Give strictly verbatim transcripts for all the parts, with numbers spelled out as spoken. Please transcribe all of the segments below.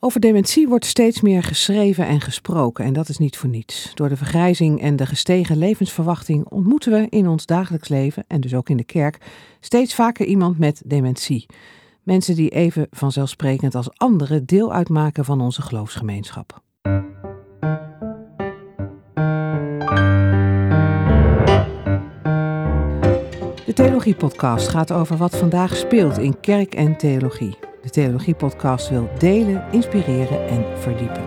Over dementie wordt steeds meer geschreven en gesproken en dat is niet voor niets. Door de vergrijzing en de gestegen levensverwachting ontmoeten we in ons dagelijks leven, en dus ook in de kerk, steeds vaker iemand met dementie. Mensen die even vanzelfsprekend als anderen deel uitmaken van onze geloofsgemeenschap. De Theologie-podcast gaat over wat vandaag speelt in kerk en theologie. De Theologie-podcast wil delen, inspireren en verdiepen.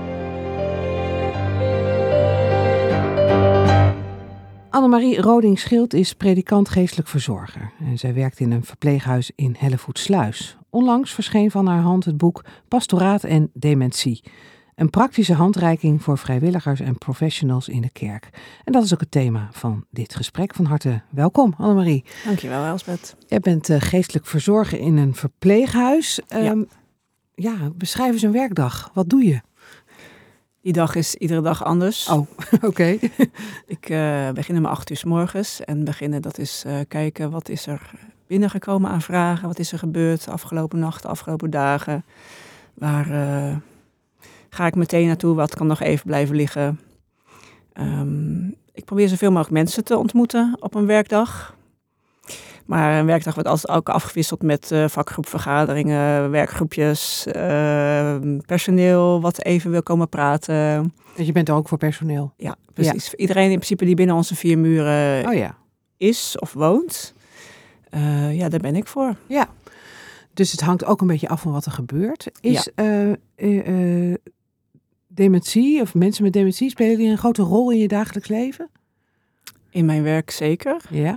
Annemarie Roding-Schild is predikant geestelijk verzorger. En zij werkt in een verpleeghuis in Hellevoetsluis. Onlangs verscheen van haar hand het boek Pastoraat en Dementie. Een praktische handreiking voor vrijwilligers en professionals in de kerk. En dat is ook het thema van dit gesprek. Van harte welkom, Annemarie. Dankjewel, Elsbeth. Jij bent uh, geestelijk verzorger in een verpleeghuis. Um, ja. ja, beschrijf eens een werkdag. Wat doe je? Die dag is iedere dag anders. Oh, oké. Okay. Ik uh, begin om acht uur 's morgens. En beginnen, dat is uh, kijken wat is er binnengekomen aan vragen. Wat is er gebeurd de afgelopen nacht, de afgelopen dagen. Waar... Uh, Ga ik meteen naartoe, wat kan nog even blijven liggen. Um, ik probeer zoveel mogelijk mensen te ontmoeten op een werkdag. Maar een werkdag wordt altijd ook afgewisseld met uh, vakgroepvergaderingen, werkgroepjes, uh, personeel wat even wil komen praten. Dus je bent er ook voor personeel? Ja, precies. Ja. Iedereen in principe die binnen onze vier muren oh, ja. is of woont. Uh, ja, daar ben ik voor. Ja, dus het hangt ook een beetje af van wat er gebeurt. Is... Ja. Uh, uh, uh, Dementie of mensen met dementie, spelen die een grote rol in je dagelijks leven? In mijn werk zeker. Ja.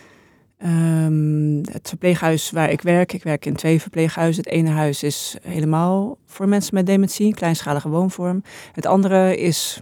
Um, het verpleeghuis waar ik werk, ik werk in twee verpleeghuizen. Het ene huis is helemaal voor mensen met dementie, een kleinschalige woonvorm. Het andere is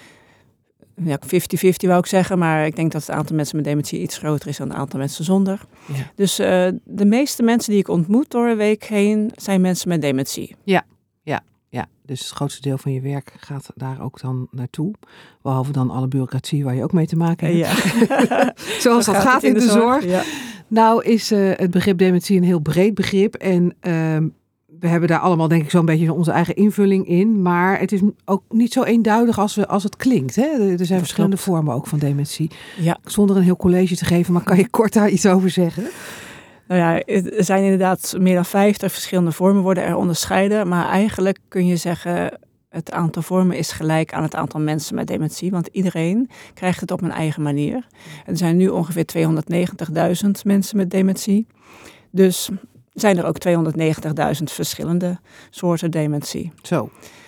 ja, vijftig vijftig wou ik zeggen, maar ik denk dat het aantal mensen met dementie iets groter is dan het aantal mensen zonder. Ja. Dus uh, de meeste mensen die ik ontmoet door een week heen zijn mensen met dementie. Ja. Ja, dus het grootste deel van je werk gaat daar ook dan naartoe. Behalve dan alle bureaucratie waar je ook mee te maken hebt. Ja. Zoals dat gaat, gaat in de, de zorg. zorg. Ja. Nou is uh, het begrip dementie een heel breed begrip. En uh, we hebben daar allemaal denk ik zo'n beetje onze eigen invulling in. Maar het is ook niet zo eenduidig als, we, als het klinkt. Hè? Er zijn dat verschillende klopt. vormen ook van dementie. Ja. Zonder een heel college te geven, maar kan je kort daar iets over zeggen? Nou ja, er zijn inderdaad meer dan vijftig verschillende vormen worden er onderscheiden. Maar eigenlijk kun je zeggen, het aantal vormen is gelijk aan het aantal mensen met dementie. Want iedereen krijgt het op een eigen manier. Er zijn nu ongeveer tweehonderdnegentigduizend mensen met dementie. Dus zijn er ook tweehonderdnegentigduizend verschillende soorten dementie. Zo.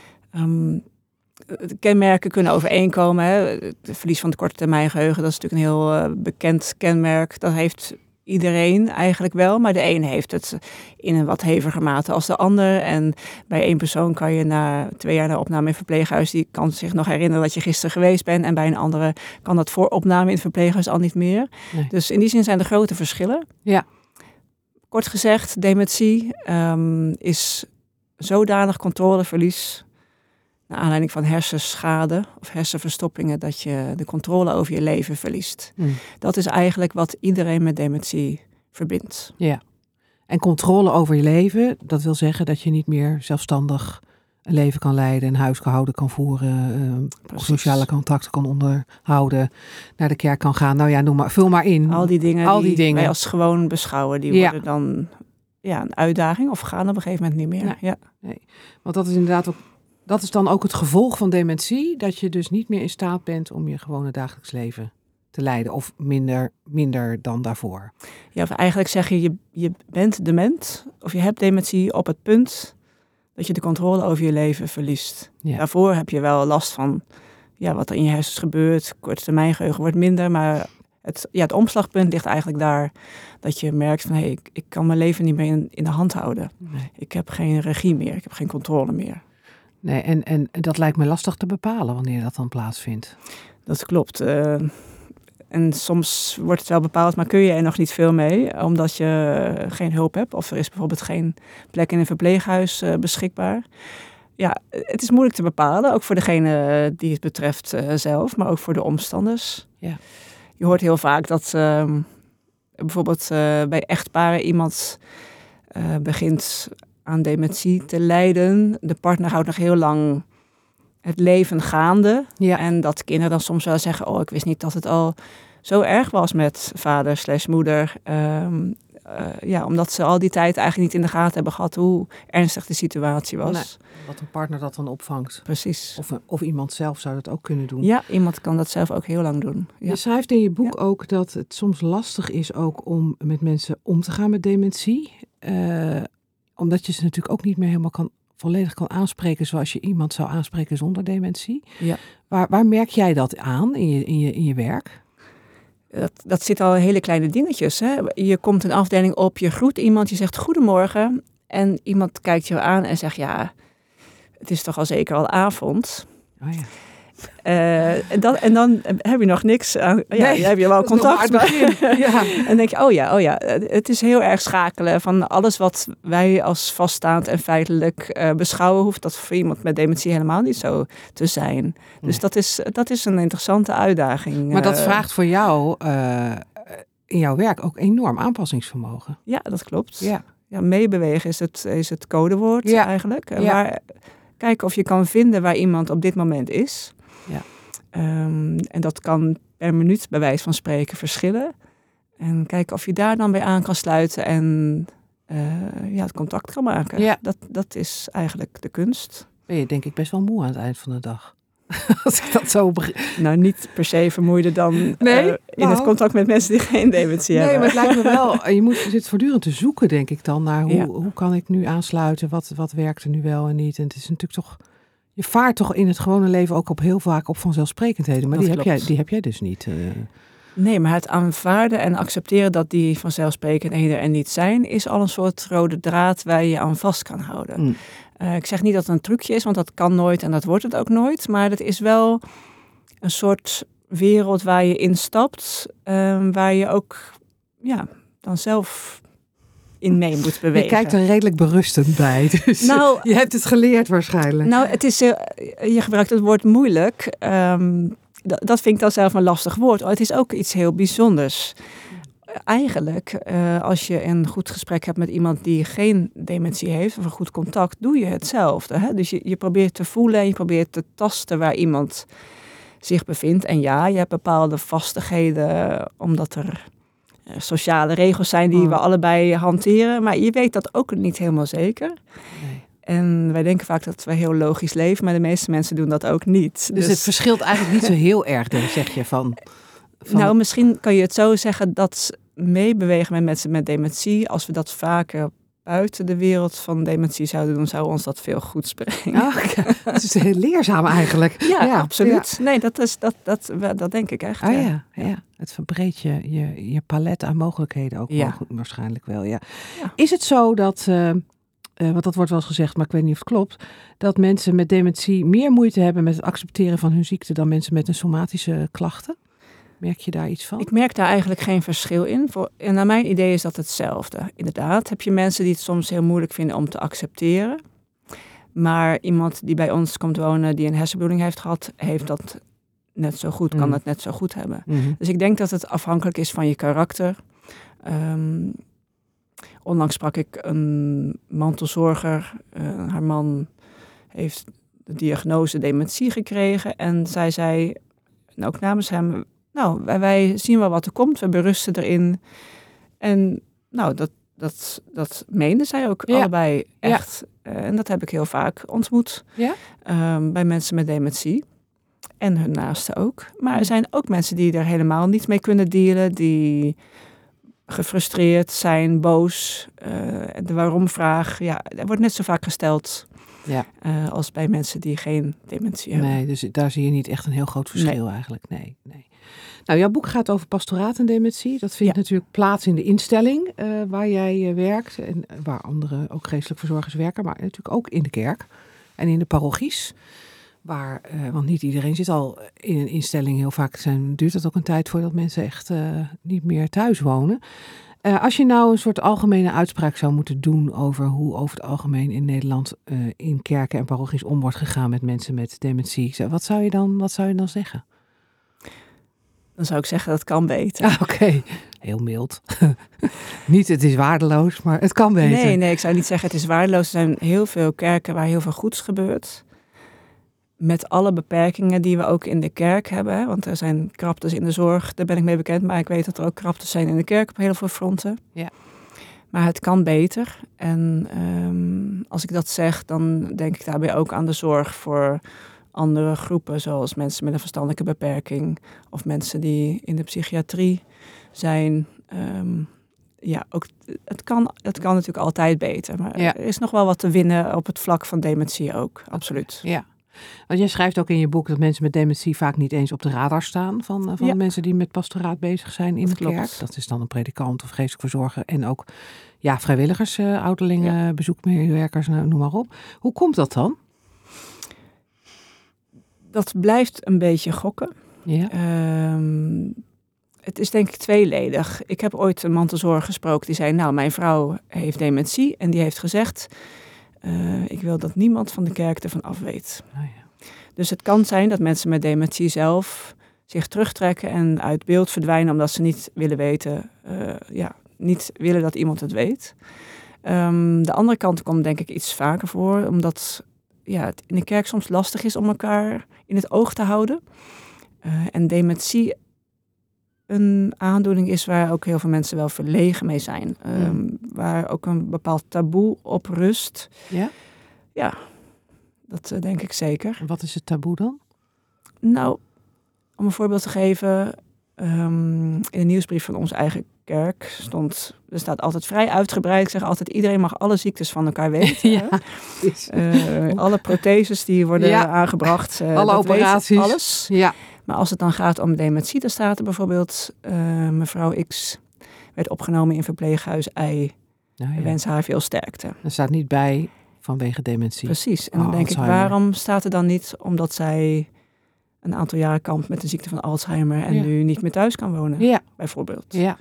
Um, de kenmerken kunnen overeenkomen. Hè. Het verlies van het korte termijn geheugen, dat is natuurlijk een heel uh, bekend kenmerk. Dat heeft... Iedereen eigenlijk wel, maar de een heeft het in een wat heviger mate als de ander. En bij één persoon kan je na twee jaar na opname in verpleeghuis, die kan zich nog herinneren dat je gisteren geweest bent. En bij een andere kan dat voor opname in het verpleeghuis al niet meer. Nee. Dus in die zin zijn er grote verschillen. Ja. Kort gezegd, dementie um, is zodanig controleverlies naar aanleiding van hersenschade of hersenverstoppingen, dat je de controle over je leven verliest. Mm. Dat is eigenlijk wat iedereen met dementie verbindt. Ja. En controle over je leven, dat wil zeggen dat je niet meer zelfstandig een leven kan leiden, een huishouden kan voeren, uh, sociale contacten kan onderhouden, naar de kerk kan gaan. Nou ja, noem maar, vul maar in. Al die dingen Al die, die dingen wij als gewoon beschouwen, die ja. worden dan ja, een uitdaging of gaan op een gegeven moment niet meer. Nee. Ja. Nee. Want dat is inderdaad ook Dat is dan ook het gevolg van dementie, dat je dus niet meer in staat bent om je gewone dagelijks leven te leiden. Of minder, minder dan daarvoor. Ja, of eigenlijk zeg je, je, je bent dement of je hebt dementie op het punt dat je de controle over je leven verliest. Ja. Daarvoor heb je wel last van ja, wat er in je hersens gebeurt. Korte termijn geheugen wordt minder, maar het, ja, het omslagpunt ligt eigenlijk daar. Dat je merkt van, hé, hey, ik, ik kan mijn leven niet meer in, in de hand houden. Nee. Ik heb geen regie meer, ik heb geen controle meer. Nee, en, en dat lijkt me lastig te bepalen wanneer dat dan plaatsvindt. Dat klopt. Uh, en soms wordt het wel bepaald, maar kun je er nog niet veel mee, omdat je geen hulp hebt. Of er is bijvoorbeeld geen plek in een verpleeghuis uh, beschikbaar. Ja, het is moeilijk te bepalen, ook voor degene die het betreft uh, zelf, maar ook voor de omstanders. Ja. Je hoort heel vaak dat uh, bijvoorbeeld uh, bij echtparen iemand uh, begint aan dementie te lijden. De partner houdt nog heel lang het leven gaande. Ja. En dat kinderen dan soms wel zeggen, oh, ik wist niet dat het al zo erg was met vader slash moeder. Um, uh, ja, omdat ze al die tijd eigenlijk niet in de gaten hebben gehad hoe ernstig de situatie was. Nee, wat een partner dat dan opvangt. Precies. Of, of iemand zelf zou dat ook kunnen doen. Ja, iemand kan dat zelf ook heel lang doen. Ja. Je schrijft in je boek ja. ook dat het soms lastig is ook om met mensen om te gaan met dementie. Uh, omdat je ze natuurlijk ook niet meer helemaal kan, volledig kan aanspreken zoals je iemand zou aanspreken zonder dementie. Ja. Waar, waar merk jij dat aan in je, in je, in je werk? Dat, dat zit al in hele kleine dingetjes. Hè? Je komt een afdeling op, je groet iemand, je zegt goedemorgen. En iemand kijkt je aan en zegt, ja, het is toch al zeker al avond. Oh ja. Uh, en, dan, en dan heb je nog niks aan. Ja, nee, dan heb je wel contact. Maar, ja. En dan denk je, oh ja, oh ja, het is heel erg schakelen van alles wat wij als vaststaand en feitelijk uh, beschouwen, hoeft dat voor iemand met dementie helemaal niet zo te zijn. Nee. Dus dat is, dat is een interessante uitdaging. Maar dat vraagt voor jou uh, in jouw werk ook enorm aanpassingsvermogen. Ja, dat klopt. Ja. Ja, meebewegen is het, is het codewoord ja. eigenlijk. Ja. Waar, kijken of je kan vinden waar iemand op dit moment is. Ja. Um, en dat kan per minuut bij wijze van spreken verschillen. En kijken of je daar dan bij aan kan sluiten en uh, ja, het contact kan maken. Ja. Dat, dat is eigenlijk de kunst. Ben je denk ik best wel moe aan het eind van de dag. Als ik dat zo begrijp. Nou, niet per se vermoeider dan nee? uh, in nou, het contact met mensen die geen dementie nee, hebben. Nee, maar het lijkt me wel, je, moet, je zit voortdurend te zoeken, denk ik dan, naar hoe, ja. hoe kan ik nu aansluiten, wat, wat werkt er nu wel en niet. En het is natuurlijk toch, je vaart toch in het gewone leven ook op heel vaak op vanzelfsprekendheden, maar die heb, jij, die heb jij dus niet. Uh. Nee, maar het aanvaarden en accepteren dat die vanzelfsprekendheden er niet zijn, is al een soort rode draad waar je aan vast kan houden. Mm. Uh, ik zeg niet dat het een trucje is, want dat kan nooit en dat wordt het ook nooit. Maar het is wel een soort wereld waar je instapt, uh, waar je ook ja, dan zelf in mee moet bewegen. Je kijkt er redelijk berustend bij, dus nou, je hebt het geleerd waarschijnlijk. Nou, het is, uh, je gebruikt het woord moeilijk. Um, dat, dat vind ik dan zelf een lastig woord. Oh, het is ook iets heel bijzonders. Eigenlijk, uh, als je een goed gesprek hebt met iemand die geen dementie heeft, of een goed contact, doe je hetzelfde. Hè? Dus je, je probeert te voelen en je probeert te tasten waar iemand zich bevindt. En ja, je hebt bepaalde vastigheden, omdat er uh, sociale regels zijn die oh. we allebei hanteren. Maar je weet dat ook niet helemaal zeker. Nee. En wij denken vaak dat we heel logisch leven, maar de meeste mensen doen dat ook niet. Dus, dus het verschilt eigenlijk niet zo heel erg, denk, zeg je, van... Van... Nou, misschien kan je het zo zeggen dat meebewegen met mensen met dementie, als we dat vaker buiten de wereld van dementie zouden doen, zou ons dat veel goeds brengen. Oh, het is heel leerzaam eigenlijk. Ja, ja absoluut. Ja. Nee, dat, is, dat, dat, dat denk ik echt. Oh, ja. Ja, ja. Het verbreedt je, je, je palet aan mogelijkheden ook ja. waarschijnlijk wel. Ja. Ja. Is het zo dat, uh, uh, want dat wordt wel eens gezegd, maar ik weet niet of het klopt, dat mensen met dementie meer moeite hebben met het accepteren van hun ziekte dan mensen met een somatische klachten? Merk je daar iets van? Ik merk daar eigenlijk geen verschil in. Voor, en naar mijn idee is dat hetzelfde. Inderdaad heb je mensen die het soms heel moeilijk vinden om te accepteren. Maar iemand die bij ons komt wonen, die een hersenbloeding heeft gehad, heeft dat net zo goed, kan mm. het net zo goed hebben. Mm-hmm. Dus ik denk dat het afhankelijk is van je karakter. Um, onlangs sprak ik een mantelzorger. Uh, haar man heeft de diagnose dementie gekregen. En zij zei, en ook namens hem, nou, wij, wij zien wel wat er komt. We berusten erin. En nou, dat, dat, dat meenden zij ook ja. allebei echt. Ja. Uh, en dat heb ik heel vaak ontmoet. Ja? Um, bij mensen met dementie. En hun naasten ook. Maar er zijn ook mensen die er helemaal niet mee kunnen dealen. Die gefrustreerd zijn, boos. Uh, de waarom-vraag, ja, er wordt net zo vaak gesteld... Ja. Uh, als bij mensen die geen dementie hebben. Nee, dus daar zie je niet echt een heel groot verschil nee. eigenlijk. Nee, nee. Nou, jouw boek gaat over pastoraat en dementie. Dat vindt ja. natuurlijk plaats in de instelling uh, waar jij uh, werkt. En uh, waar anderen ook geestelijk verzorgers werken. Maar natuurlijk ook in de kerk en in de parochies. Waar, uh, want niet iedereen zit al in een instelling. Heel vaak zijn, duurt het ook een tijd voordat mensen echt uh, niet meer thuis wonen. Uh, als je nou een soort algemene uitspraak zou moeten doen over hoe over het algemeen in Nederland uh, in kerken en parochies om wordt gegaan met mensen met dementie. Wat zou je dan, wat zou je dan zeggen? Dan zou ik zeggen dat kan beter. Ah, Oké. Okay. heel mild. Niet het is waardeloos, maar het kan beter. Nee, nee, ik zou niet zeggen het is waardeloos. Er zijn heel veel kerken waar heel veel goeds gebeurt. Met alle beperkingen die we ook in de kerk hebben. Hè? Want er zijn kraptes in de zorg, daar ben ik mee bekend. Maar ik weet dat er ook kraptes zijn in de kerk op heel veel fronten. Ja. Maar het kan beter. En um, als ik dat zeg, dan denk ik daarbij ook aan de zorg voor andere groepen. Zoals mensen met een verstandelijke beperking. Of mensen die in de psychiatrie zijn. Um, ja, ook, het, kan, het kan natuurlijk altijd beter. Maar ja. Er is nog wel wat te winnen op het vlak van dementie ook. Absoluut. Ja. Want jij schrijft ook in je boek dat mensen met dementie vaak niet eens op de radar staan van, van ja. mensen die met pastoraat bezig zijn in dat de kerk. Klopt. Dat is dan een predikant of geestelijk verzorger en ook ja, vrijwilligers, uh, ouderlingen, ja. bezoekmedewerkers, nou, noem maar op. Hoe komt dat dan? Dat blijft een beetje gokken. Ja. Um, het is denk ik tweeledig. Ik heb ooit een mantelzorger gesproken die zei, nou, mijn vrouw heeft dementie en die heeft gezegd, Uh, ik wil dat niemand van de kerk ervan af weet. Oh ja. Dus het kan zijn dat mensen met dementie zelf zich terugtrekken en uit beeld verdwijnen omdat ze niet willen weten, uh, ja, niet willen dat iemand het weet. Um, de andere kant komt denk ik iets vaker voor, omdat ja, het in de kerk soms lastig is om elkaar in het oog te houden. Uh, en dementie een aandoening is waar ook heel veel mensen wel verlegen mee zijn. Um, mm. Waar ook een bepaald taboe op rust. Ja? Ja, dat uh, denk ik zeker. Wat is het taboe dan? Nou, om een voorbeeld te geven. Um, in de nieuwsbrief van onze eigen kerk stond, er staat altijd vrij uitgebreid. Ik zeg altijd, iedereen mag alle ziektes van elkaar weten. Ja, uh, alle protheses die worden ja. aangebracht. Uh, alle operaties. Alles. Ja. Maar als het dan gaat om dementie, dan staat er bijvoorbeeld uh, mevrouw X werd opgenomen in verpleeghuis Y. Nou ja. Wens haar veel sterkte. Er staat niet bij vanwege dementie. Precies. En dan oh, denk Alzheimer. ik, waarom staat er dan niet omdat zij een aantal jaren kampt met de ziekte van Alzheimer en ja. nu niet meer thuis kan wonen, ja. bijvoorbeeld. Ja.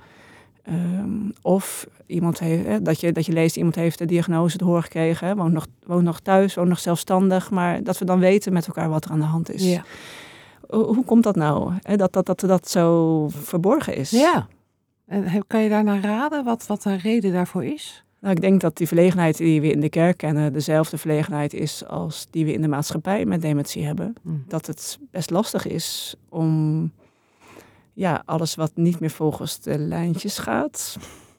Um, of iemand heeft, hè, dat, je, dat je leest, iemand heeft de diagnose te horen gekregen, hè, woont, nog, woont nog thuis, woont nog zelfstandig, maar dat we dan weten met elkaar wat er aan de hand is. Ja. Hoe komt dat nou? Hè? Dat, dat, dat dat zo verborgen is. Ja. En kan je daar naar raden wat, wat de reden daarvoor is? Nou, ik denk dat die verlegenheid die we in de kerk kennen dezelfde verlegenheid is als die we in de maatschappij met dementie hebben. Mm. Dat het best lastig is om ja, alles wat niet meer volgens de lijntjes gaat,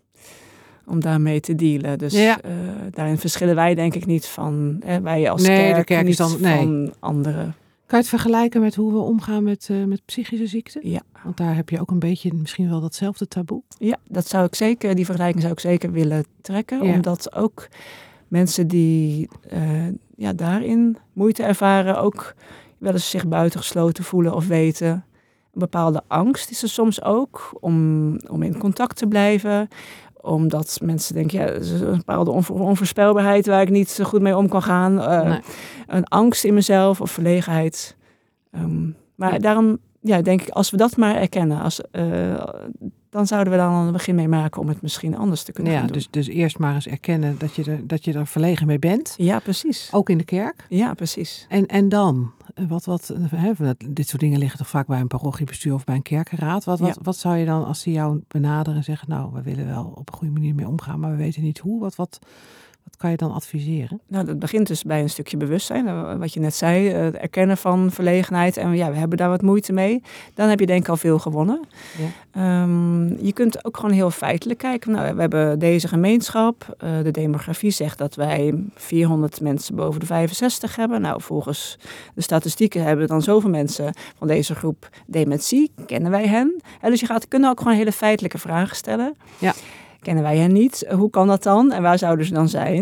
om daarmee te dealen. Dus ja. uh, daarin verschillen wij denk ik niet van, hè, wij als nee, kerk, de kerk niet is dan, nee. van anderen. Kan je het vergelijken met hoe we omgaan met, uh, met psychische ziekten? Ja. Want daar heb je ook een beetje misschien wel datzelfde taboe. Ja, dat zou ik zeker, die vergelijking zou ik zeker willen trekken. Ja. Omdat ook mensen die uh, ja, daarin moeite ervaren, ook wel eens zich buitengesloten voelen of weten. Een bepaalde angst is er soms ook om, om in contact te blijven. Omdat mensen denken, ja, er is een bepaalde onvo- onvoorspelbaarheid waar ik niet zo goed mee om kan gaan. Uh, nee. Een angst in mezelf of verlegenheid. Um, maar ja. daarom ja, denk ik, als we dat maar erkennen, als, uh, dan zouden we dan een begin mee maken om het misschien anders te kunnen ja, gaan doen. Dus, dus eerst maar eens erkennen dat je, er, dat je er verlegen mee bent. Ja, precies. Ook in de kerk. Ja, precies. En, en dan? Wat, wat, hè, dit soort dingen liggen toch vaak bij een parochiebestuur of bij een kerkenraad. Wat, wat, ja. wat zou je dan, als ze jou benaderen en zeggen, nou, we willen wel op een goede manier mee omgaan, maar we weten niet hoe. Wat, wat, wat kan je dan adviseren? Nou, dat begint dus bij een stukje bewustzijn. Wat je net zei, het erkennen van verlegenheid. En ja, we hebben daar wat moeite mee. Dan heb je denk ik al veel gewonnen. Ja. Um, je kunt ook gewoon heel feitelijk kijken. Nou, we hebben deze gemeenschap. Uh, de demografie zegt dat wij vierhonderd mensen boven de vijfenzestig hebben. Nou, volgens de statistieken hebben dan zoveel mensen van deze groep dementie. Kennen wij hen? En dus je gaat, kunnen ook gewoon hele feitelijke vragen stellen. Ja. Kennen wij hen niet? Hoe kan dat dan? En waar zouden ze dan zijn?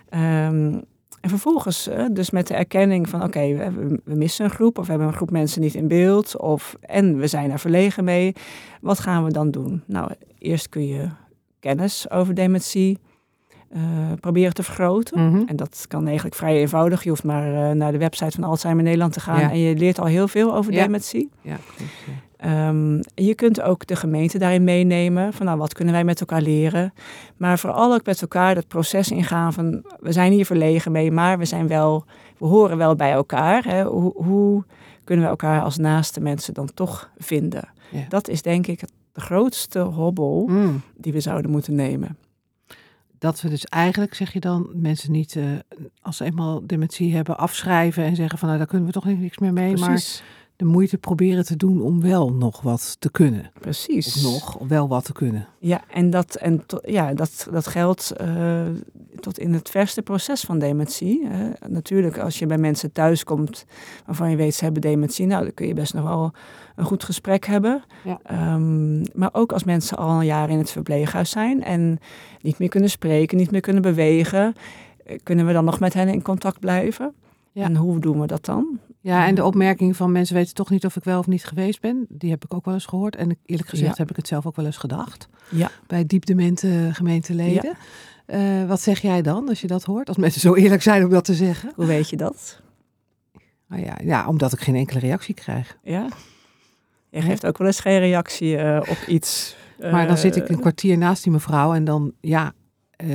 Um, en vervolgens, uh, dus met de erkenning van, oké, okay, we, we missen een groep, of we hebben een groep mensen niet in beeld, of en we zijn er verlegen mee. Wat gaan we dan doen? Nou, eerst kun je kennis over dementie uh, proberen te vergroten. Mm-hmm. En dat kan eigenlijk vrij eenvoudig. Je hoeft maar uh, naar de website van Alzheimer Nederland te gaan ja. en je leert al heel veel over ja. dementie. Ja, klopt, ja. Um, je kunt ook de gemeente daarin meenemen. Van nou, wat kunnen wij met elkaar leren? Maar vooral ook met elkaar dat proces ingaan van, we zijn hier verlegen mee, maar we zijn wel, we horen wel bij elkaar. Hè? Hoe, hoe kunnen we elkaar als naaste mensen dan toch vinden? Ja. Dat is denk ik het de grootste hobbel Mm. die we zouden moeten nemen. Dat we dus eigenlijk, zeg je dan, mensen niet, uh, als ze eenmaal dementie hebben, afschrijven en zeggen van, nou, daar kunnen we toch niks meer mee. Precies. Maar de moeite proberen te doen om wel nog wat te kunnen. Precies. Of nog wel wat te kunnen. Ja, en dat, en to, ja, dat, dat geldt uh, tot in het verste proces van dementie. Uh, natuurlijk, als je bij mensen thuiskomt waarvan je weet ze hebben dementie, nou, dan kun je best nog wel een goed gesprek hebben. Ja. Um, maar ook als mensen al een jaar in het verpleeghuis zijn en niet meer kunnen spreken, niet meer kunnen bewegen, kunnen we dan nog met hen in contact blijven? Ja. En hoe doen we dat dan? Ja, en de opmerking van mensen weten toch niet of ik wel of niet geweest ben, die heb ik ook wel eens gehoord. En eerlijk gezegd ja. heb ik het zelf ook wel eens gedacht. Ja. Bij diepdemente gemeenteleden. Ja. Uh, wat zeg jij dan als je dat hoort? Als mensen zo eerlijk zijn om dat te zeggen. Hoe weet je dat? Nou ja, ja, omdat ik geen enkele reactie krijg. Ja? Je geeft ook wel eens geen reactie uh, op iets. Uh, maar dan zit ik een kwartier naast die mevrouw en dan, ja... Uh,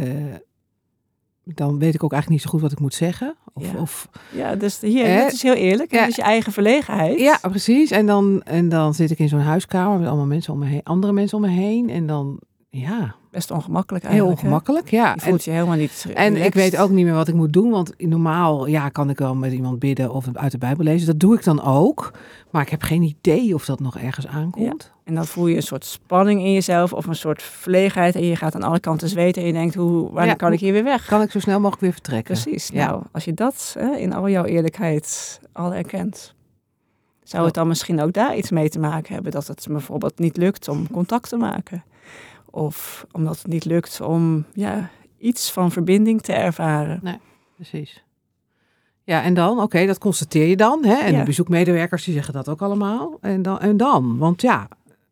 dan weet ik ook eigenlijk niet zo goed wat ik moet zeggen. Of, ja. of, ja, dus hier, eh, dat is heel eerlijk. Ja. Dat is je eigen verlegenheid. Ja, precies. En dan, en dan zit ik in zo'n huiskamer met allemaal mensen om me heen, andere mensen om me heen. En dan, ja... Best ongemakkelijk eigenlijk. Heel ongemakkelijk, hè? ja. Je voelt en, je helemaal niet En relaxed. Ik weet ook niet meer wat ik moet doen. Want normaal ja, kan ik wel met iemand bidden of uit de Bijbel lezen. Dat doe ik dan ook. Maar ik heb geen idee of dat nog ergens aankomt. Ja. En dan voel je een soort spanning in jezelf of een soort verlegenheid. En je gaat aan alle kanten zweten en je denkt, hoe, wanneer ja, kan ik hier weer weg? Kan ik zo snel mogelijk weer vertrekken? Precies. Ja. Nou, als je dat hè, in al jouw eerlijkheid al erkent, zou het dan misschien ook daar iets mee te maken hebben? Dat het bijvoorbeeld niet lukt om contact te maken. Of omdat het niet lukt om ja, iets van verbinding te ervaren. Nee, precies. Ja, en dan, oké, okay, dat constateer je dan. Hè? En ja. de bezoekmedewerkers die zeggen dat ook allemaal. En dan, en dan, want ja,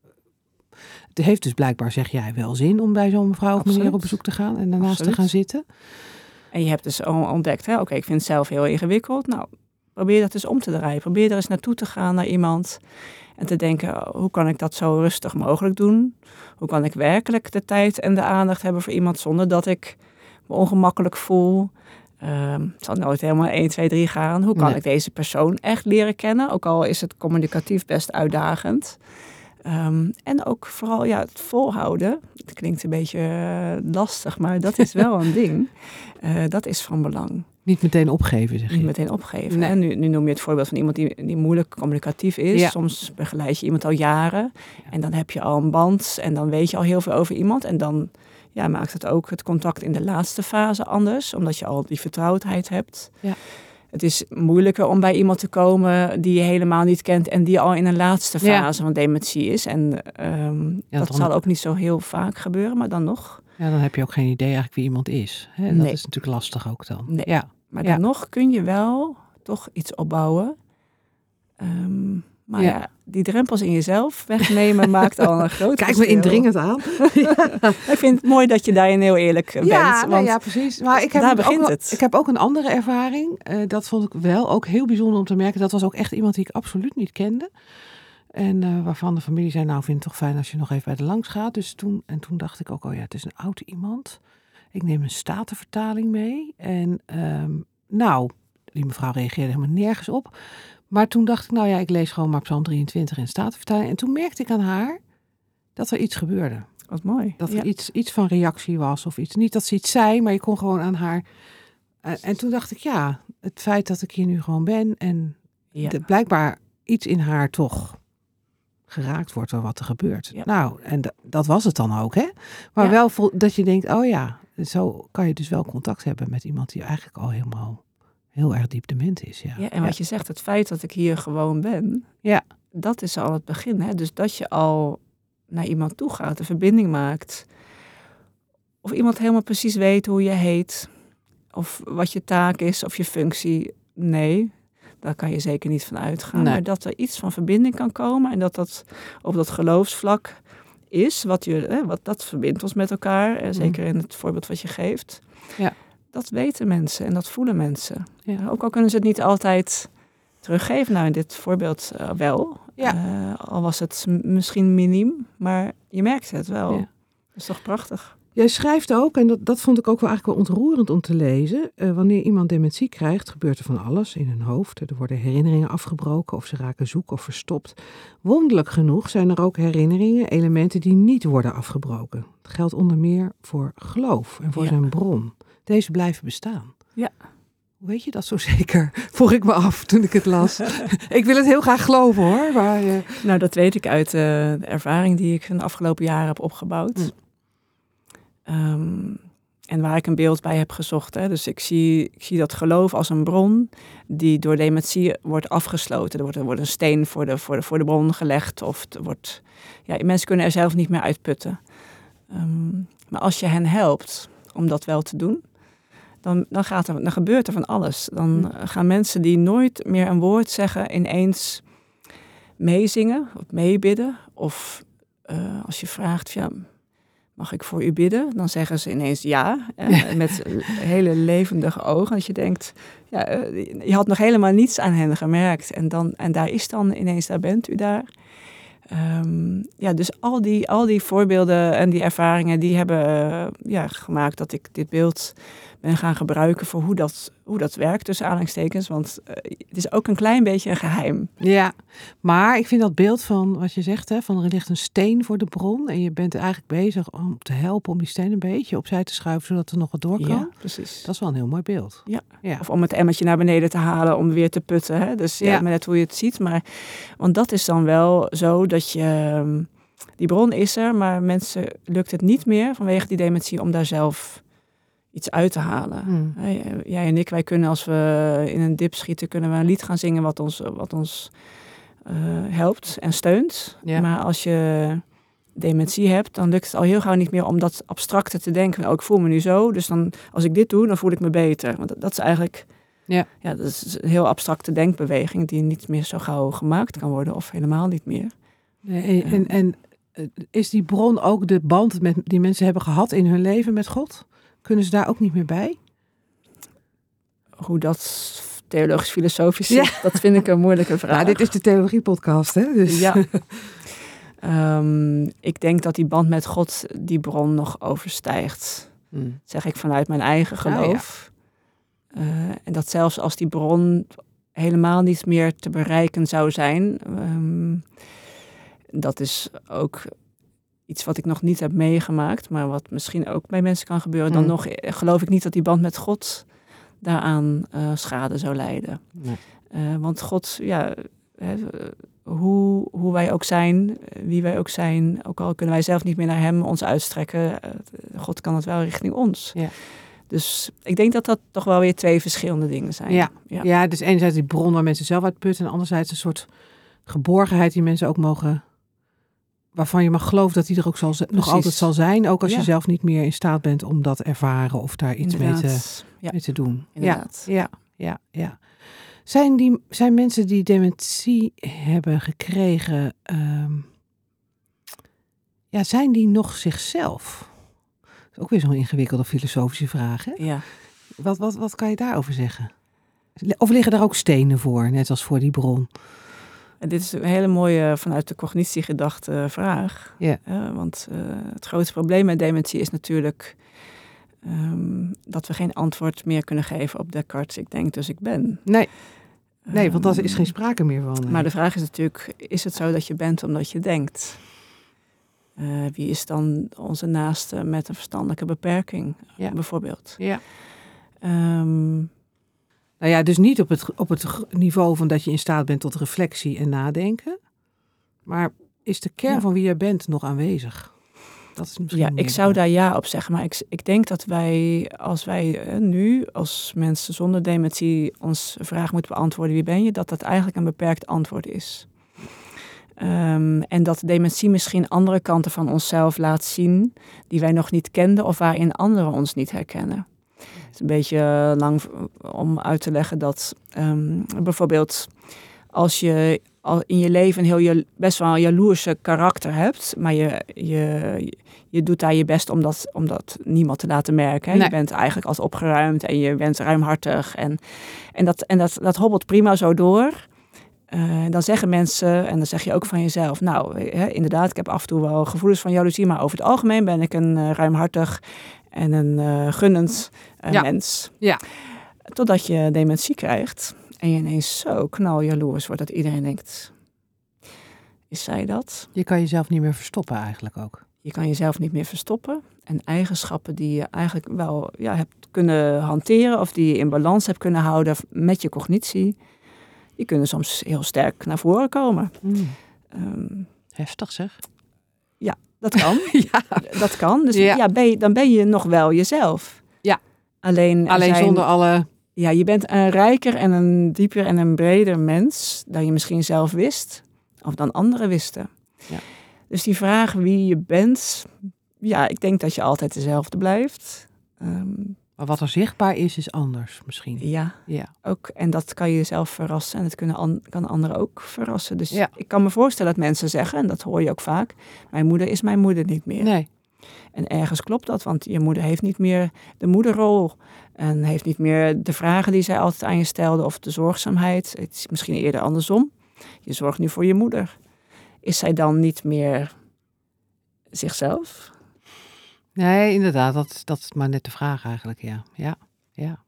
het heeft dus blijkbaar, zeg jij, wel zin om bij zo'n mevrouw of meneer op bezoek te gaan en daarnaast Absoluut. te gaan zitten. En je hebt dus ontdekt, hè, oké, okay, ik vind het zelf heel ingewikkeld. Nou, probeer dat eens om te draaien. Probeer er eens naartoe te gaan naar iemand en te denken, hoe kan ik dat zo rustig mogelijk doen? Hoe kan ik werkelijk de tijd en de aandacht hebben voor iemand zonder dat ik me ongemakkelijk voel? Um, het zal nooit helemaal één, twee, drie gaan. Hoe kan nee. ik deze persoon echt leren kennen? Ook al is het communicatief best uitdagend. Um, en ook vooral ja, het volhouden. Het klinkt een beetje uh, lastig, maar dat is wel een ding. Uh, dat is van belang. Niet meteen opgeven, zeg je. Niet meteen opgeven. Nee. En nu, nu noem je het voorbeeld van iemand die, die moeilijk communicatief is. Ja. Soms begeleid je iemand al jaren. Ja. En dan heb je al een band. En dan weet je al heel veel over iemand. En dan ja, maakt het ook het contact in de laatste fase anders. Omdat je al die vertrouwdheid hebt. Ja. Het is moeilijker om bij iemand te komen die je helemaal niet kent. En die al in een laatste fase ja. van dementie is. En um, ja, dat dan... zal ook niet zo heel vaak gebeuren. Maar dan nog... Ja, dan heb je ook geen idee eigenlijk wie iemand is. Hè? En nee. Dat is natuurlijk lastig ook dan. Nee. Ja. Maar ja. dan nog kun je wel toch iets opbouwen. Um, maar ja. ja, die drempels in jezelf wegnemen maakt al een groot Kijk me indringend aan. ja. Ik vind het mooi dat je daarin heel eerlijk bent. Ja, want nou ja precies. Maar ik heb daar begint ook wel, het. Ik heb ook een andere ervaring. Uh, dat vond ik wel ook heel bijzonder om te merken. Dat was ook echt iemand die ik absoluut niet kende. En uh, waarvan de familie zei, nou, vind het toch fijn als je nog even bij de langs gaat. Dus toen, en toen dacht ik ook, oh ja, het is een oud iemand. Ik neem een statenvertaling mee. En um, nou, die mevrouw reageerde helemaal nergens op. Maar toen dacht ik, nou ja, ik lees gewoon maar Psalm drieëntwintig in statenvertaling. En toen merkte ik aan haar dat er iets gebeurde. Wat mooi. Dat er ja. iets, iets van reactie was of iets. Niet dat ze iets zei, maar je kon gewoon aan haar... Uh, en toen dacht ik, ja, het feit dat ik hier nu gewoon ben en ja. de, blijkbaar iets in haar toch geraakt wordt door wat er gebeurt. Ja. Nou, en d- dat was het dan ook, hè? Maar ja. wel vol, dat je denkt, oh ja, zo kan je dus wel contact hebben met iemand die eigenlijk al helemaal heel erg diep dement is. Ja, ja en wat ja. je zegt, het feit dat ik hier gewoon ben, ja. dat is al het begin. Hè? Dus dat je al naar iemand toe gaat, een verbinding maakt. Of iemand helemaal precies weet hoe je heet, of wat je taak is, of je functie. Nee, daar kan je zeker niet van uitgaan. Nee. Maar dat er iets van verbinding kan komen en dat dat op dat geloofsvlak is, wat, je, hè, wat dat verbindt ons met elkaar. En zeker in het voorbeeld wat je geeft. Ja. Dat weten mensen en dat voelen mensen. Ja. Ook al kunnen ze het niet altijd teruggeven. Nou, in dit voorbeeld uh, wel. Ja. Uh, al was het m- misschien miniem, maar je merkt het wel. Ja. Dat is toch prachtig? Jij schrijft ook, en dat, dat vond ik ook wel eigenlijk wel ontroerend om te lezen. Uh, wanneer iemand dementie krijgt, gebeurt er van alles in hun hoofd. Er worden herinneringen afgebroken of ze raken zoek of verstopt. Wonderlijk genoeg zijn er ook herinneringen, elementen die niet worden afgebroken. Dat geldt onder meer voor geloof en voor ja. zijn bron. Deze blijven bestaan. Ja. Hoe weet je dat zo zeker? Vroeg ik me af toen ik het las. Ik wil het heel graag geloven hoor. Maar, uh... Nou, dat weet ik uit uh, de ervaring die ik in de afgelopen jaren heb opgebouwd. Mm. Um, en waar ik een beeld bij heb gezocht. Hè. Dus ik zie, ik zie dat geloof als een bron die door dementie wordt afgesloten. Er wordt, er wordt een steen voor de, voor, de, voor de bron gelegd. Of er wordt, ja, mensen kunnen er zelf niet meer uitputten. Um, maar als je hen helpt om dat wel te doen, dan, dan, gaat er, dan gebeurt er van alles. Dan gaan mensen die nooit meer een woord zeggen ineens meezingen of meebidden. Of uh, als je vraagt, ja, mag ik voor u bidden? Dan zeggen ze ineens ja, eh, met hele levendige ogen. Dat je denkt, ja, uh, je had nog helemaal niets aan hen gemerkt. En, dan, en daar is dan ineens, daar bent u daar. Um, ja, dus al die, al die voorbeelden en die ervaringen, die hebben uh, ja, gemaakt dat ik dit beeld ben gaan gebruiken voor hoe dat, hoe dat werkt, tussen aanhalingstekens. Want uh, het is ook een klein beetje een geheim. Ja, maar ik vind dat beeld van wat je zegt, hè, van er ligt een steen voor de bron en je bent eigenlijk bezig om te helpen om die steen een beetje opzij te schuiven, zodat er nog wat door kan. Ja, precies. Dat is wel een heel mooi beeld. Ja. Ja. Of om het emmertje naar beneden te halen om weer te putten. Hè? Dus ja, ja. Maar net hoe je het ziet. Maar, want dat is dan wel zo dat je, die bron is er, maar mensen lukt het niet meer vanwege die dementie om daar zelf iets uit te halen. Hmm. Jij en ik, wij kunnen als we in een dip schieten, kunnen we een lied gaan zingen wat ons, wat ons uh, helpt en steunt. Ja. Maar als je dementie hebt, dan lukt het al heel gauw niet meer om dat abstracte te denken. Oh, ik voel me nu zo, dus dan, als ik dit doe, dan voel ik me beter. Want dat, dat is eigenlijk ja. Ja, dat is een heel abstracte denkbeweging die niet meer zo gauw gemaakt kan worden of helemaal niet meer. Nee, en, en, en is die bron ook de band met, die mensen hebben gehad in hun leven met God? Kunnen ze daar ook niet meer bij? Hoe dat theologisch-filosofisch ja. is, dat vind ik een moeilijke vraag. Nou, dit is de theologie-podcast, hè? Dus. Ja. um, ik denk dat die band met God die bron nog overstijgt. Hmm. Dat zeg ik vanuit mijn eigen geloof. Oh, ja. uh, en dat zelfs als die bron helemaal niet meer te bereiken zou zijn, um, dat is ook iets wat ik nog niet heb meegemaakt, maar wat misschien ook bij mensen kan gebeuren. Dan mm. nog geloof ik niet dat die band met God daaraan uh, schade zou lijden. Nee. Uh, want God, ja, hè, hoe, hoe wij ook zijn, wie wij ook zijn, ook al kunnen wij zelf niet meer naar hem ons uitstrekken, uh, God kan het wel richting ons. Ja. Dus ik denk dat dat toch wel weer twee verschillende dingen zijn. Ja, ja. ja dus enerzijds die bron waar mensen zelf uit putten en anderzijds een soort geborgenheid die mensen ook mogen, waarvan je mag geloven dat die er ook zal, nog altijd zal zijn. Ook als ja. je zelf niet meer in staat bent om dat ervaren of daar iets mee te, ja. mee te doen. Inderdaad. Ja, ja, ja. ja. Zijn, die, zijn mensen die dementie hebben gekregen, um, ja, zijn die nog zichzelf? Dat is ook weer zo'n ingewikkelde filosofische vraag, hè? Ja. Wat, wat, wat kan je daarover zeggen? Of liggen er ook stenen voor, net als voor die bron? En dit is een hele mooie vanuit de cognitie gedachte vraag. Yeah. Uh, want uh, het grootste probleem met dementie is natuurlijk um, dat we geen antwoord meer kunnen geven op Descartes. Ik denk, dus ik ben. Nee, nee want daar is geen sprake meer van. Maar de vraag is natuurlijk, is het zo dat je bent omdat je denkt? Uh, wie is dan onze naaste met een verstandelijke beperking, yeah. bijvoorbeeld? Ja. Yeah. Um, Nou ja, dus niet op het, op het niveau van dat je in staat bent tot reflectie en nadenken. Maar is de kern ja. van wie je bent nog aanwezig? Dat is misschien ja, ik zou daar ja op zeggen. Maar ik, ik denk dat wij, als wij uh, nu als mensen zonder dementie ons vraag moeten beantwoorden, wie ben je? Dat dat eigenlijk een beperkt antwoord is. Um, en dat dementie misschien andere kanten van onszelf laat zien die wij nog niet kenden of waarin anderen ons niet herkennen. Het is een beetje lang om uit te leggen dat um, bijvoorbeeld als je al in je leven een heel best wel een jaloerse karakter hebt, maar je, je, je doet daar je best om dat, om dat niemand te laten merken. Nee. Je bent eigenlijk als opgeruimd en je bent ruimhartig en, en, dat, en dat, dat hobbelt prima zo door. Uh, dan zeggen mensen, en dan zeg je ook van jezelf... nou, hè, inderdaad, ik heb af en toe wel gevoelens van jaloezie... maar over het algemeen ben ik een uh, ruimhartig en een uh, gunnend uh, ja. mens. Ja. Totdat je dementie krijgt en je ineens zo knaljaloers wordt... dat iedereen denkt, is zij dat? Je kan jezelf niet meer verstoppen eigenlijk ook. Je kan jezelf niet meer verstoppen. En eigenschappen die je eigenlijk wel ja, hebt kunnen hanteren... of die je in balans hebt kunnen houden met je cognitie... die kunnen soms heel sterk naar voren komen. Mm. Um, Heftig zeg. Ja, dat kan. ja. Dat kan. Dus ja. Ja, ben je, dan ben je nog wel jezelf. Ja. Alleen, Alleen zijn, zonder alle... Ja, je bent een rijker en een dieper en een breder mens... dan je misschien zelf wist. Of dan anderen wisten. Ja. Dus die vraag wie je bent... ja, ik denk dat je altijd dezelfde blijft. Um, Maar wat er zichtbaar is, is anders misschien. Ja, ja. Ook, en dat kan je jezelf verrassen. En dat kunnen an, kan anderen ook verrassen. Dus ja. ik kan me voorstellen dat mensen zeggen... en dat hoor je ook vaak... mijn moeder is mijn moeder niet meer. Nee. En ergens klopt dat, want je moeder heeft niet meer de moederrol... en heeft niet meer de vragen die zij altijd aan je stelde... of de zorgzaamheid. Het is misschien eerder andersom. Je zorgt nu voor je moeder. Is zij dan niet meer zichzelf? Nee, inderdaad. Dat, dat is maar net de vraag eigenlijk, ja. Ja, ja.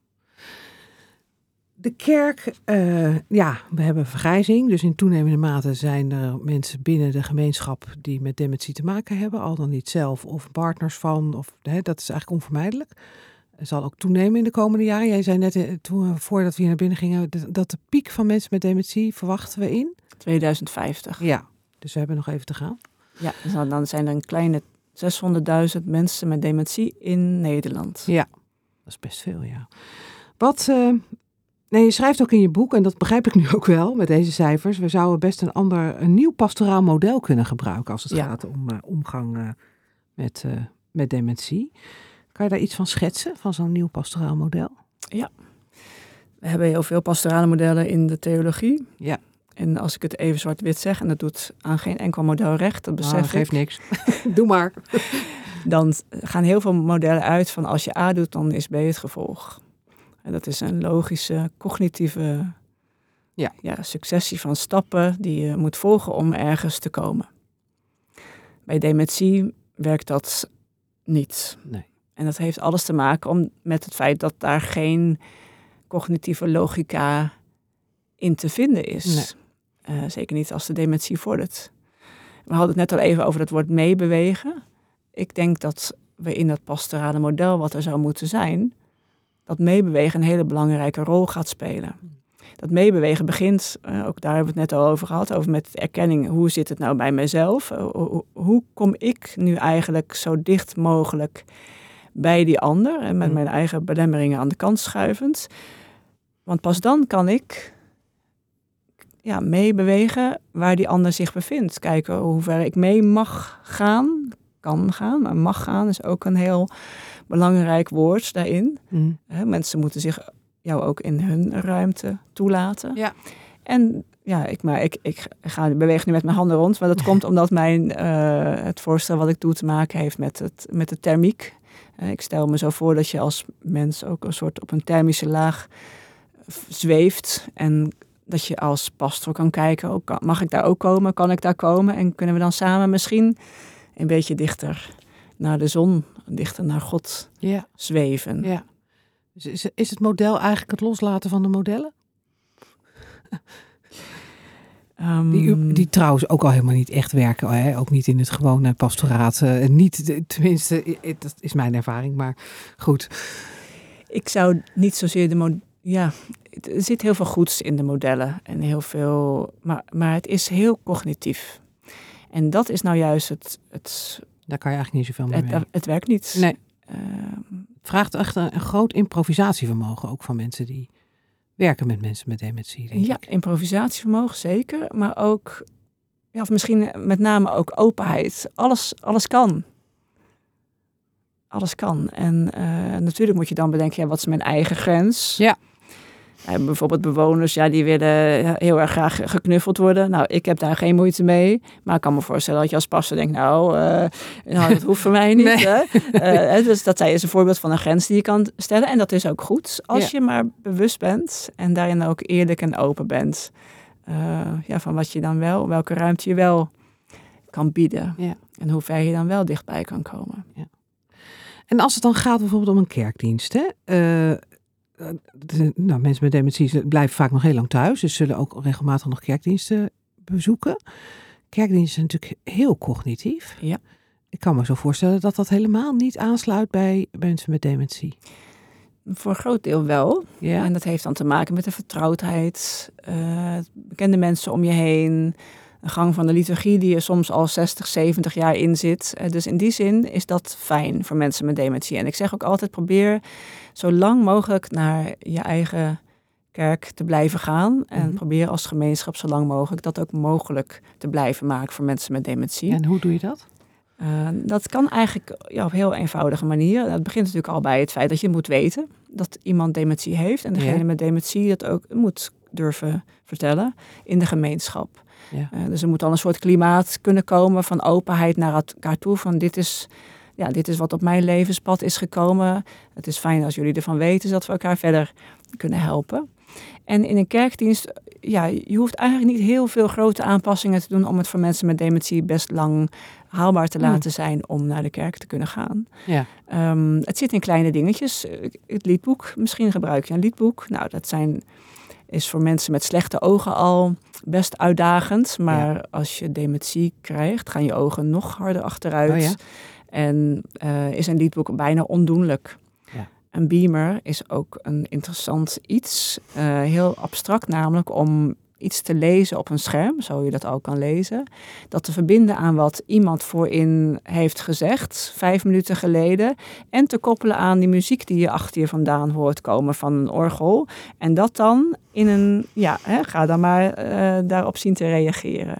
De kerk, uh, ja, we hebben vergrijzing. Dus in toenemende mate zijn er mensen binnen de gemeenschap die met dementie te maken hebben. Al dan niet zelf of partners van. Of, hè, dat is eigenlijk onvermijdelijk. Het zal ook toenemen in de komende jaren. Jij zei net, toen, voordat we hier naar binnen gingen, dat de piek van mensen met dementie verwachten we in? tweeduizend vijftig. Ja, dus we hebben nog even te gaan. Ja, dus dan zijn er een kleine zeshonderdduizend mensen met dementie in Nederland. Ja, dat is best veel, ja. Wat, uh, nee, je schrijft ook in je boek, en dat begrijp ik nu ook wel met deze cijfers, we zouden best een ander, een nieuw pastoraal model kunnen gebruiken als het ja. gaat om uh, omgang uh, met, uh, met dementie. Kan je daar iets van schetsen, van zo'n nieuw pastoraal model? Ja, we hebben heel veel pastorale modellen in de theologie. Ja. En als ik het even zwart-wit zeg, en dat doet aan geen enkel model recht, dat besef nou, ik. geeft niks. Doe maar. Dan gaan heel veel modellen uit van als je A doet, dan is B het gevolg. En dat is een logische, cognitieve ja. Ja, successie van stappen die je moet volgen om ergens te komen. Bij dementie werkt dat niet. Nee. En dat heeft alles te maken om, met het feit dat daar geen cognitieve logica in te vinden is. Nee. Uh, zeker niet als de dementie vordert. We hadden het net al even over het woord meebewegen. Ik denk dat we in dat pastorale model wat er zou moeten zijn, dat meebewegen een hele belangrijke rol gaat spelen. Dat meebewegen begint, uh, ook daar hebben we het net al over gehad, over met erkenning. Hoe zit het nou bij mezelf? Uh, hoe, hoe kom ik nu eigenlijk zo dicht mogelijk bij die ander en met mijn eigen belemmeringen aan de kant schuivend? Want pas dan kan ik ja, meebewegen waar die ander zich bevindt. Kijken hoe ver ik mee mag gaan, kan gaan, maar mag gaan is ook een heel belangrijk woord daarin. Mm. He, mensen moeten zich jou ook in hun ruimte toelaten. Ja. En ja, ik, maar ik, ik ga beweeg nu met mijn handen rond, maar dat komt omdat mijn, uh, het voorstel wat ik doe te maken heeft met, het, met de thermiek. Uh, ik stel me zo voor dat je als mens ook een soort op een thermische laag zweeft en dat je als pastor kan kijken, oh, kan, mag ik daar ook komen, kan ik daar komen en kunnen we dan samen misschien een beetje dichter naar de zon, dichter naar God ja. zweven. Ja. Dus is, is het model eigenlijk het loslaten van de modellen? Um, die, die trouwens ook al helemaal niet echt werken, hè? Ook niet in het gewone pastoraat. Uh, niet, tenminste, dat is mijn ervaring, maar goed. Ik zou niet zozeer de modellen. Ja, er zit heel veel goeds in de modellen en heel veel, maar, maar het is heel cognitief. En dat is nou juist het. het Daar kan je eigenlijk niet zoveel mee. Het, mee. het werkt niet. Nee. Uh, het vraagt echt een, een groot improvisatievermogen ook van mensen die werken met mensen met dementie. Denk ja, ik. Improvisatievermogen zeker, maar ook, ja, of misschien met name ook openheid. Alles, alles kan. Alles kan. En uh, natuurlijk moet je dan bedenken, ja, wat is mijn eigen grens? Ja. Uh, bijvoorbeeld bewoners, ja, die willen heel erg graag geknuffeld worden. Nou, ik heb daar geen moeite mee. Maar ik kan me voorstellen dat je als pastor denkt, nou, uh, nou dat hoeft voor mij niet. Nee. Hè? Uh, dus dat is een voorbeeld van een grens die je kan stellen. En dat is ook goed, als ja. je maar bewust bent en daarin ook eerlijk en open bent. uh, ja, van wat je dan wel, welke ruimte je wel kan bieden. Ja. En hoe ver je dan wel dichtbij kan komen. Ja. En als het dan gaat bijvoorbeeld om een kerkdienst, hè? Uh, de, nou, mensen met dementie blijven vaak nog heel lang thuis, dus zullen ook regelmatig nog kerkdiensten bezoeken. Kerkdiensten zijn natuurlijk heel cognitief. Ja. Ik kan me zo voorstellen dat dat helemaal niet aansluit bij mensen met dementie. Voor een groot deel wel. Ja. En dat heeft dan te maken met de vertrouwdheid, uh, bekende mensen om je heen, een gang van de liturgie die er soms al zestig, zeventig jaar in zit. Uh, dus in die zin is dat fijn voor mensen met dementie. En ik zeg ook altijd, probeer zo lang mogelijk naar je eigen kerk te blijven gaan. En mm-hmm. probeer als gemeenschap zo lang mogelijk dat ook mogelijk te blijven maken voor mensen met dementie. En hoe doe je dat? Uh, dat kan eigenlijk ja, op een heel eenvoudige manier. Dat begint natuurlijk al bij het feit dat je moet weten dat iemand dementie heeft. En degene ja. met dementie dat ook moet durven vertellen in de gemeenschap. Ja. Uh, dus er moet al een soort klimaat kunnen komen van openheid naar elkaar toe. Van dit is, ja, dit is wat op mijn levenspad is gekomen. Het is fijn als jullie ervan weten, zodat we elkaar verder kunnen helpen. En in een kerkdienst, ja, je hoeft eigenlijk niet heel veel grote aanpassingen te doen om het voor mensen met dementie best lang haalbaar te laten zijn om naar de kerk te kunnen gaan. Ja. Um, het zit in kleine dingetjes. Het liedboek, misschien gebruik je een liedboek. Nou, dat zijn, is voor mensen met slechte ogen al best uitdagend. Maar ja. als je dementie krijgt, gaan je ogen nog harder achteruit. Oh ja? En uh, is een liedboek bijna ondoenlijk. Ja. Een beamer is ook een interessant iets. Uh, heel abstract namelijk om iets te lezen op een scherm, zo je dat al kan lezen. Dat te verbinden aan wat iemand voorin heeft gezegd, vijf minuten geleden. En te koppelen aan die muziek die je achter je vandaan hoort komen van een orgel. En dat dan in een, ja, hè, ga dan maar uh, daarop zien te reageren.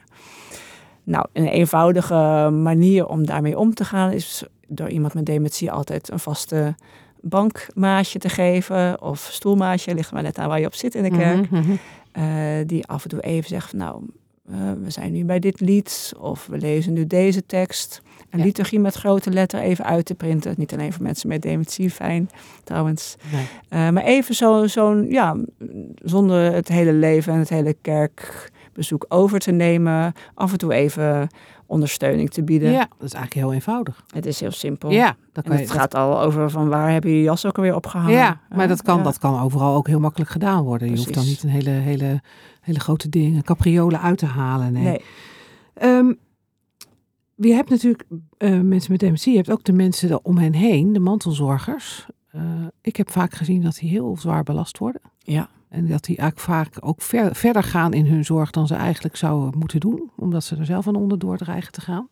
Nou, een eenvoudige manier om daarmee om te gaan is door iemand met dementie altijd een vaste bankmaatje te geven of stoelmaatje, ligt maar net aan waar je op zit in de kerk. Mm-hmm. Uh, die af en toe even zegt van, nou, uh, we zijn nu bij dit lied of we lezen nu deze tekst. Een ja. liturgie met grote letter even uit te printen. Niet alleen voor mensen met dementie, fijn trouwens. Nee. Uh, maar even zo, zo'n, ja, zonder het hele leven en het hele kerkbezoek over te nemen. Af en toe even ondersteuning te bieden. Ja, dat is eigenlijk heel eenvoudig. Het is heel simpel. Ja, dat en kan het je, gaat dat... al over van waar heb je je jas ook alweer opgehangen. Ja, maar uh, dat kan, ja. dat kan overal ook heel makkelijk gedaan worden. Je Precies. hoeft dan niet een hele, hele, hele grote dingen, capriolen uit te halen. Nee. nee. Um, je hebt natuurlijk uh, mensen met dementie, je hebt ook de mensen om hen heen, de mantelzorgers. Uh, ik heb vaak gezien dat die heel zwaar belast worden. Ja. En dat die eigenlijk vaak ook ver, verder gaan in hun zorg dan ze eigenlijk zouden moeten doen. Omdat ze er zelf aan onderdoor dreigen te gaan.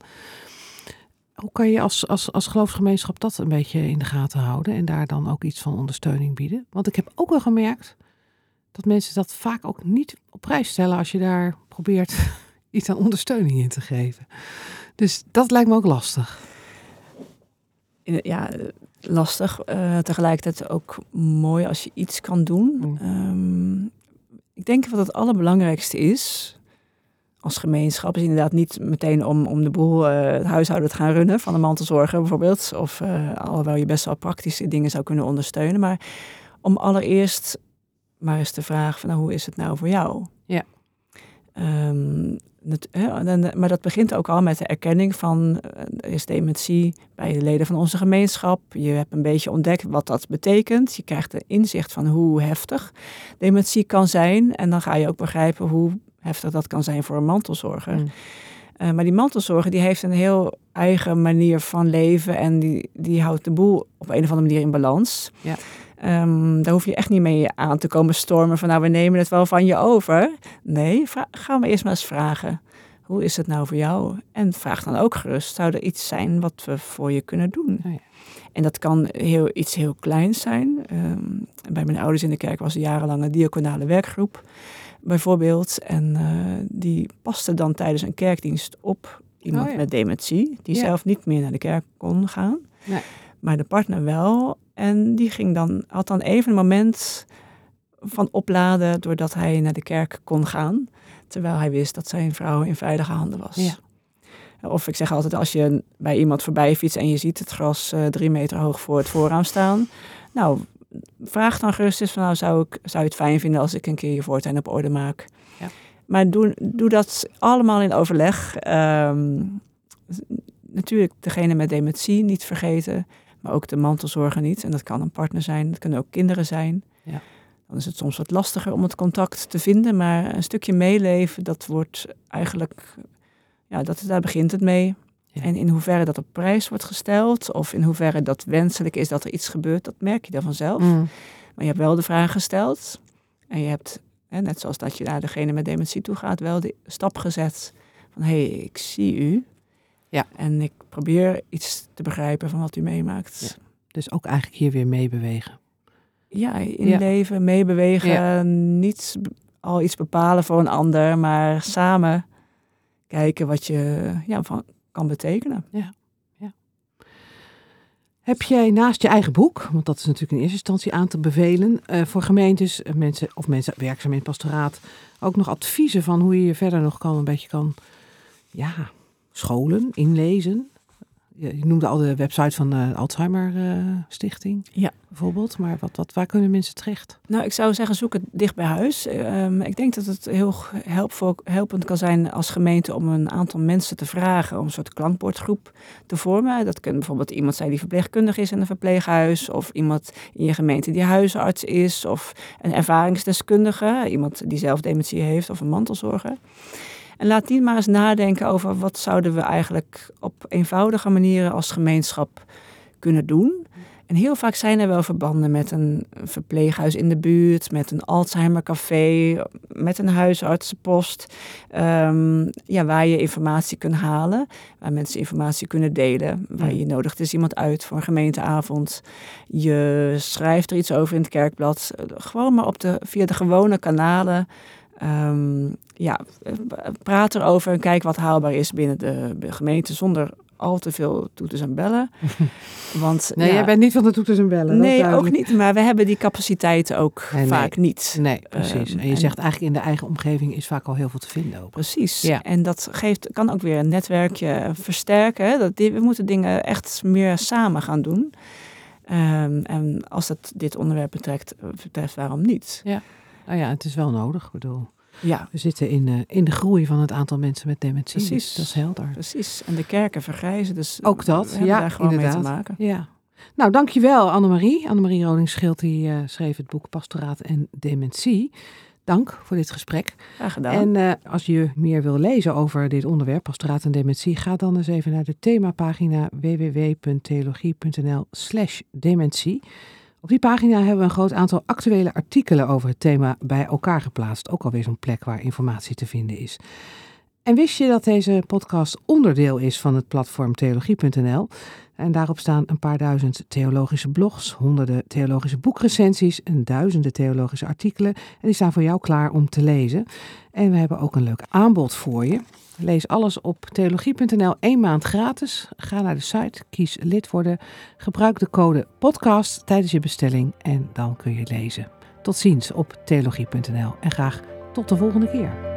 Hoe kan je als, als, als geloofsgemeenschap dat een beetje in de gaten houden? En daar dan ook iets van ondersteuning bieden? Want ik heb ook wel gemerkt dat mensen dat vaak ook niet op prijs stellen als je daar probeert iets aan ondersteuning in te geven. Dus dat lijkt me ook lastig. Ja, lastig. Uh, tegelijkertijd ook mooi als je iets kan doen. Mm. Um, ik denk wat het allerbelangrijkste is als gemeenschap is inderdaad niet meteen om, om de boel uh, het huishouden te gaan runnen van de mantelzorger bijvoorbeeld. Of uh, alhoewel je best wel praktische dingen zou kunnen ondersteunen. Maar om allereerst maar eens te vragen van nou, hoe is het nou voor jou? Ja. Um, Het, hè, maar dat begint ook al met de erkenning van er is dementie bij de leden van onze gemeenschap. Je hebt een beetje ontdekt wat dat betekent. Je krijgt een inzicht van hoe heftig dementie kan zijn. En dan ga je ook begrijpen hoe heftig dat kan zijn voor een mantelzorger. Mm. Uh, maar die mantelzorger die heeft een heel eigen manier van leven. En die, die houdt de boel op een of andere manier in balans. Ja. Um, daar hoef je echt niet mee aan te komen stormen van nou, we nemen het wel van je over. Nee, vra- gaan we eerst maar eens vragen. Hoe is het nou voor jou? En vraag dan ook gerust, zou er iets zijn wat we voor je kunnen doen? Oh ja. En dat kan heel, iets heel kleins zijn. Um, bij mijn ouders in de kerk was een jarenlange diaconale werkgroep bijvoorbeeld. En uh, die paste dan tijdens een kerkdienst op iemand oh ja. met dementie. Die ja. zelf niet meer naar de kerk kon gaan. Nee. Maar de partner wel. En die ging dan, had dan even een moment van opladen doordat hij naar de kerk kon gaan. Terwijl hij wist dat zijn vrouw in veilige handen was. Ja. Of ik zeg altijd, als je bij iemand voorbij fietst en je ziet het gras uh, drie meter hoog voor het voorraam staan. Nou, vraag dan gerust eens van nou, zou, ik, zou je het fijn vinden als ik een keer je voortuin op orde maak? Ja. Maar doe, doe dat allemaal in overleg. Um, natuurlijk degene met dementie niet vergeten, maar ook de mantelzorger niet. En dat kan een partner zijn, dat kunnen ook kinderen zijn. Ja. Dan is het soms wat lastiger om het contact te vinden, maar een stukje meeleven, dat wordt eigenlijk, ja, dat, daar begint het mee. Ja. En in hoeverre dat op prijs wordt gesteld, of in hoeverre dat wenselijk is dat er iets gebeurt, dat merk je dan vanzelf. Mm. Maar je hebt wel de vraag gesteld en je hebt, hè, net zoals dat je naar degene met dementie toe gaat, wel de stap gezet van, hé, hey, ik zie u. Ja. En ik probeer iets te begrijpen van wat u meemaakt. Ja. Dus ook eigenlijk hier weer meebewegen. Ja, inleven, ja. meebewegen. Ja. Niet al iets bepalen voor een ander, maar samen kijken wat je ja, van kan betekenen. Ja. Ja. Heb jij naast je eigen boek, want dat is natuurlijk in eerste instantie aan te bevelen, uh, voor gemeentes, mensen of mensen werkzaam in het pastoraat, ook nog adviezen van hoe je je verder nog kan, een beetje kan, ja, scholen, inlezen? Je noemde al de website van de Alzheimer uh, Stichting, ja. bijvoorbeeld. Maar wat, wat, waar kunnen mensen terecht? Nou, ik zou zeggen, zoek het dicht bij huis. Um, ik denk dat het heel helpvol, helpend kan zijn als gemeente om een aantal mensen te vragen om een soort klankbordgroep te vormen. Dat kan bijvoorbeeld iemand zijn die verpleegkundig is in een verpleeghuis, of iemand in je gemeente die huisarts is, of een ervaringsdeskundige, iemand die zelf dementie heeft, of een mantelzorger. En laat die maar eens nadenken over wat zouden we eigenlijk op eenvoudige manieren als gemeenschap kunnen doen. En heel vaak zijn er wel verbanden met een verpleeghuis in de buurt, met een Alzheimercafé, met een huisartsenpost. Um, ja, waar je informatie kunt halen, waar mensen informatie kunnen delen. Waar je nodigt is iemand uit voor een gemeenteavond. Je schrijft er iets over in het kerkblad. Gewoon maar op de, via de gewone kanalen. Um, ja, praat erover en kijk wat haalbaar is binnen de gemeente zonder al te veel toeters en bellen. Want, nee, ja, jij bent niet van de toeters en bellen. Nee, ook niet. Maar we hebben die capaciteit ook nee, vaak nee. niet. Nee, precies. Um, en je en, zegt eigenlijk in de eigen omgeving is vaak al heel veel te vinden. Ook. Precies. Ja. En dat geeft, kan ook weer een netwerkje versterken. Hè? Dat die, we moeten dingen echt meer samen gaan doen. Um, en als het dit onderwerp betreft, betreft waarom niet? Ja. Nou ja, het is wel nodig. Ik bedoel, ja. we zitten in, uh, in de groei van het aantal mensen met dementie. Precies. Dus dat is helder. Precies. En de kerken vergrijzen. Dus ook dat. We hebben ja, daar gewoon inderdaad. mee te maken. Ja. Nou, dankjewel Annemarie. Annemarie Roding-Schild die uh, schreef het boek Pastoraat en Dementie. Dank voor dit gesprek. Graag gedaan. En uh, als je meer wil lezen over dit onderwerp, pastoraat en dementie, ga dan eens even naar de themapagina w w w punt theologie punt n l slash dementie. Op die pagina hebben we een groot aantal actuele artikelen over het thema bij elkaar geplaatst. Ook alweer zo'n plek waar informatie te vinden is. En wist je dat deze podcast onderdeel is van het platform theologie punt n l? En daarop staan een paar duizend theologische blogs, honderden theologische boekrecensies en duizenden theologische artikelen. En die staan voor jou klaar om te lezen. En we hebben ook een leuk aanbod voor je. Lees alles op theologie punt n l één maand gratis. Ga naar de site, kies lid worden, gebruik de code podcast tijdens je bestelling en dan kun je lezen. Tot ziens op theologie punt n l en graag tot de volgende keer.